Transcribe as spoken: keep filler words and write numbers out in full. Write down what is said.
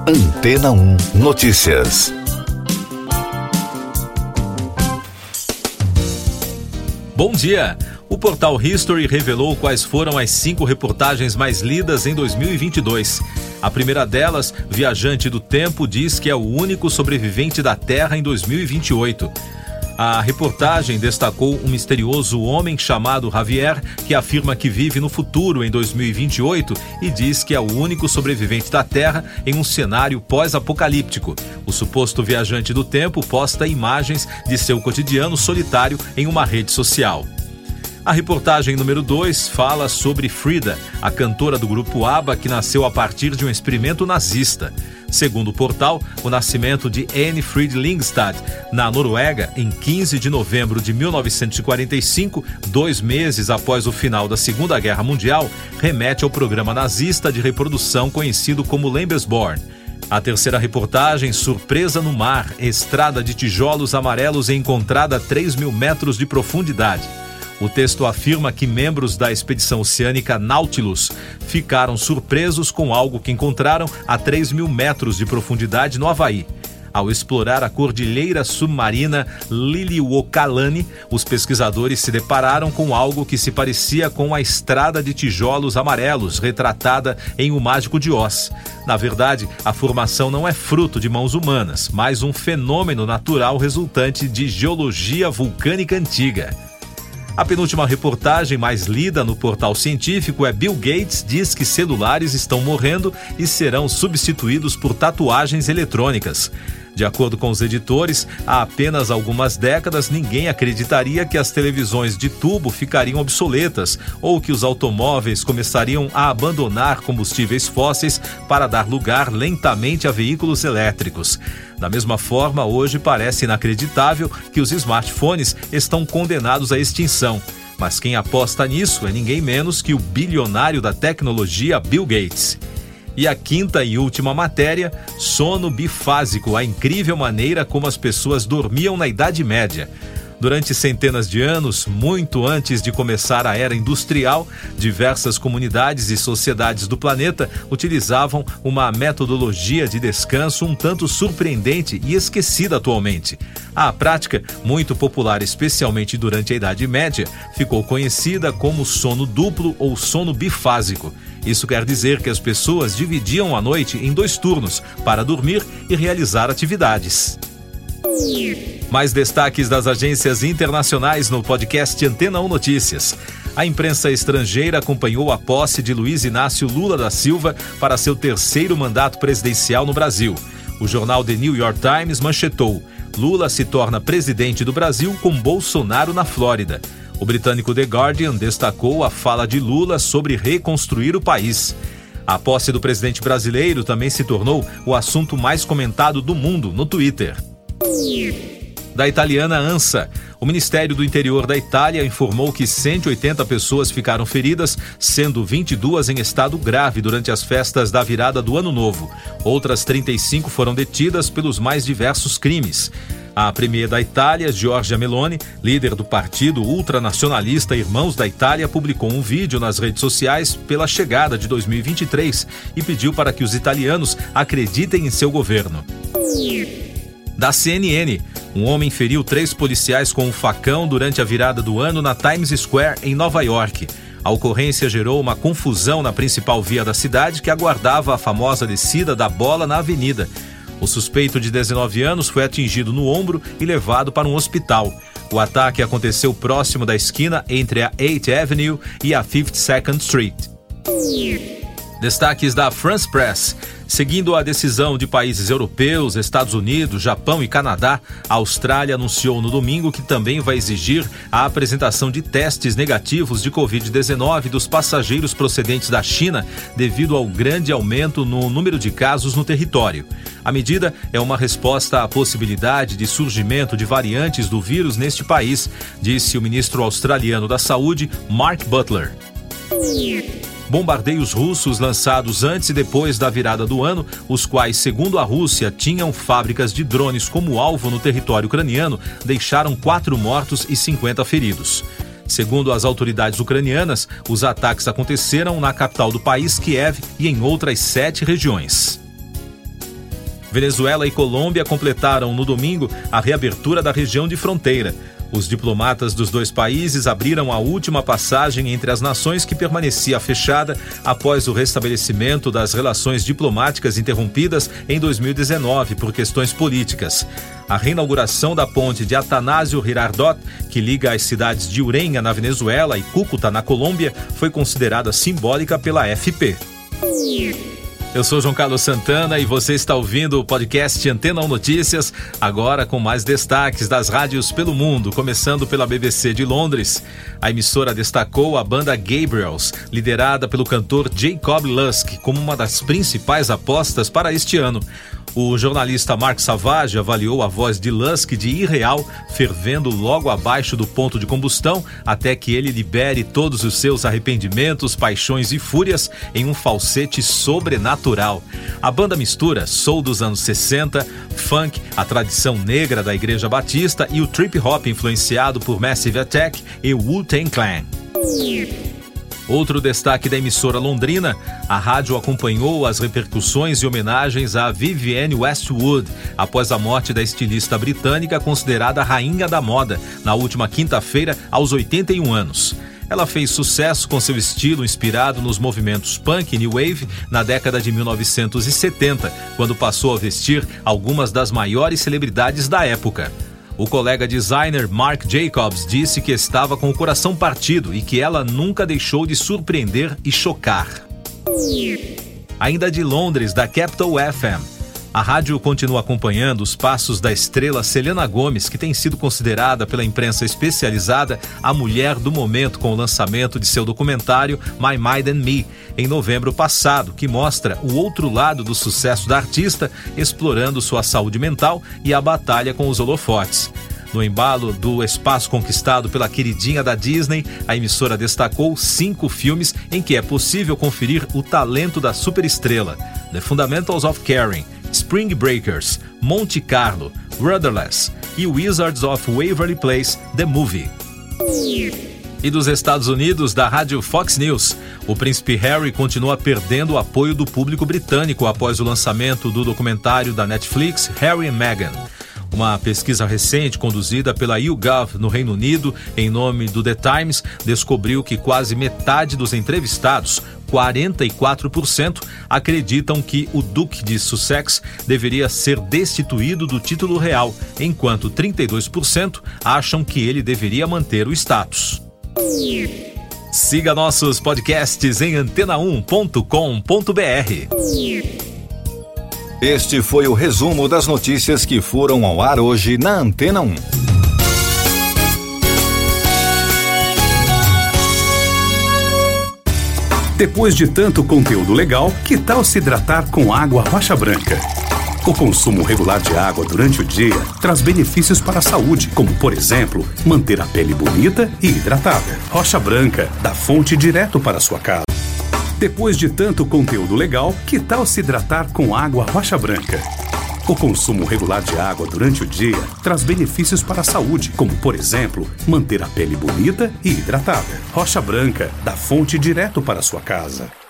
Antena um Notícias. Bom dia! O portal History revelou quais foram as cinco reportagens mais lidas em dois mil e vinte e dois. A primeira delas, Viajante do Tempo, diz que é o único sobrevivente da Terra em dois mil e vinte e oito. A reportagem destacou um misterioso homem chamado Javier, que afirma que vive no futuro em dois mil e vinte e oito e diz que é o único sobrevivente da Terra em um cenário pós-apocalíptico. O suposto viajante do tempo posta imagens de seu cotidiano solitário em uma rede social. A reportagem número dois fala sobre Frida, a cantora do grupo ABBA que nasceu a partir de um experimento nazista. Segundo o portal, o nascimento de Anne Frid Lyngstad, na Noruega, em quinze de novembro de mil novecentos e quarenta e cinco, dois meses após o final da Segunda Guerra Mundial, remete ao programa nazista de reprodução conhecido como Lebensborn. A terceira reportagem, Surpresa no Mar, estrada de tijolos amarelos encontrada a três mil metros de profundidade. O texto afirma que membros da expedição oceânica Nautilus ficaram surpresos com algo que encontraram a três mil metros de profundidade no Havaí. Ao explorar a cordilheira submarina Liliuokalani, os pesquisadores se depararam com algo que se parecia com a estrada de tijolos amarelos retratada em O Mágico de Oz. Na verdade, a formação não é fruto de mãos humanas, mas um fenômeno natural resultante de geologia vulcânica antiga. A penúltima reportagem mais lida no portal científico é Bill Gates diz que celulares estão morrendo e serão substituídos por tatuagens eletrônicas. De acordo com os editores, há apenas algumas décadas ninguém acreditaria que as televisões de tubo ficariam obsoletas ou que os automóveis começariam a abandonar combustíveis fósseis para dar lugar lentamente a veículos elétricos. Da mesma forma, hoje parece inacreditável que os smartphones estão condenados à extinção. Mas quem aposta nisso é ninguém menos que o bilionário da tecnologia Bill Gates. E a quinta e última matéria, sono bifásico, a incrível maneira como as pessoas dormiam na Idade Média. Durante centenas de anos, muito antes de começar a era industrial, diversas comunidades e sociedades do planeta utilizavam uma metodologia de descanso um tanto surpreendente e esquecida atualmente. A prática, muito popular especialmente durante a Idade Média, ficou conhecida como sono duplo ou sono bifásico. Isso quer dizer que as pessoas dividiam a noite em dois turnos para dormir e realizar atividades. Mais destaques das agências internacionais no podcast Antena um Notícias. A imprensa estrangeira acompanhou a posse de Luiz Inácio Lula da Silva para seu terceiro mandato presidencial no Brasil. O jornal The New York Times manchetou: Lula se torna presidente do Brasil com Bolsonaro na Flórida. O britânico The Guardian destacou a fala de Lula sobre reconstruir o país. A posse do presidente brasileiro também se tornou o assunto mais comentado do mundo no Twitter. Da italiana ANSA, o Ministério do Interior da Itália informou que cento e oitenta pessoas ficaram feridas, sendo vinte e duas em estado grave durante as festas da virada do Ano Novo. Outras trinta e cinco foram detidas pelos mais diversos crimes. A premier da Itália, Giorgia Meloni, líder do partido ultranacionalista Irmãos da Itália, publicou um vídeo nas redes sociais pela chegada de dois mil e vinte e três e pediu para que os italianos acreditem em seu governo. Da C N N, um homem feriu três policiais com um facão durante a virada do ano na Times Square, em Nova York. A ocorrência gerou uma confusão na principal via da cidade que aguardava a famosa descida da bola na avenida. O suspeito de dezenove anos foi atingido no ombro e levado para um hospital. O ataque aconteceu próximo da esquina entre a eighth Avenue e a fifty-second Street. Destaques da France Press. Seguindo a decisão de países europeus, Estados Unidos, Japão e Canadá, a Austrália anunciou no domingo que também vai exigir a apresentação de testes negativos de covid dezenove dos passageiros procedentes da China devido ao grande aumento no número de casos no território. A medida é uma resposta à possibilidade de surgimento de variantes do vírus neste país, disse o ministro australiano da Saúde, Mark Butler. Bombardeios russos lançados antes e depois da virada do ano, os quais, segundo a Rússia, tinham fábricas de drones como alvo no território ucraniano, deixaram quatro mortos e cinquenta feridos. Segundo as autoridades ucranianas, os ataques aconteceram na capital do país, Kiev, e em outras sete regiões. Venezuela e Colômbia completaram no domingo a reabertura da região de fronteira. Os diplomatas dos dois países abriram a última passagem entre as nações que permanecia fechada após o restabelecimento das relações diplomáticas interrompidas em dois mil e dezenove por questões políticas. A reinauguração da ponte de Atanásio Girardot, que liga as cidades de Urenha, na Venezuela, e Cúcuta, na Colômbia, foi considerada simbólica pela F P. Eu sou João Carlos Santana e você está ouvindo o podcast Antena um Notícias, agora com mais destaques das rádios pelo mundo, começando pela B B C de Londres. A emissora destacou a banda Gabriels, liderada pelo cantor Jacob Lusk, como uma das principais apostas para este ano. O jornalista Mark Savage avaliou a voz de Lusk de irreal, fervendo logo abaixo do ponto de combustão, até que ele libere todos os seus arrependimentos, paixões e fúrias em um falsete sobrenatural. A banda mistura soul dos anos sessenta, funk, a tradição negra da Igreja Batista e o trip-hop influenciado por Massive Attack e Wu-Tang Clan. Outro destaque da emissora londrina, a rádio acompanhou as repercussões e homenagens a Vivienne Westwood, após a morte da estilista britânica considerada a rainha da moda, na última quinta-feira, aos oitenta e um anos. Ela fez sucesso com seu estilo inspirado nos movimentos punk e new wave na década de mil novecentos e setenta, quando passou a vestir algumas das maiores celebridades da época. O colega designer Marc Jacobs disse que estava com o coração partido e que ela nunca deixou de surpreender e chocar. Ainda de Londres, da Capital F M. A rádio continua acompanhando os passos da estrela Selena Gomez, que tem sido considerada pela imprensa especializada a mulher do momento com o lançamento de seu documentário My Mind and Me, em novembro passado, que mostra o outro lado do sucesso da artista, explorando sua saúde mental e a batalha com os holofotes. No embalo do espaço conquistado pela queridinha da Disney, a emissora destacou cinco filmes em que é possível conferir o talento da superestrela: The Fundamentals of Caring, Spring Breakers, Monte Carlo, Rudderless e Wizards of Waverly Place, The Movie. E dos Estados Unidos, da rádio Fox News, o príncipe Harry continua perdendo o apoio do público britânico após o lançamento do documentário da Netflix Harry and Meghan. Uma pesquisa recente conduzida pela YouGov no Reino Unido, em nome do The Times, descobriu que quase metade dos entrevistados, quarenta e quatro por cento, acreditam que o Duque de Sussex deveria ser destituído do título real, enquanto trinta e dois por cento acham que ele deveria manter o status. Siga nossos podcasts em antena um ponto com ponto b r. Este foi o resumo das notícias que foram ao ar hoje na Antena um. Depois de tanto conteúdo legal, que tal se hidratar com água rocha branca? O consumo regular de água durante o dia traz benefícios para a saúde, como, por exemplo, manter a pele bonita e hidratada. Rocha branca, da fonte direto para a sua casa. Depois de tanto conteúdo legal, que tal se hidratar com água rocha branca? O consumo regular de água durante o dia traz benefícios para a saúde, como, por exemplo, manter a pele bonita e hidratada. Rocha branca, da fonte direto para a sua casa.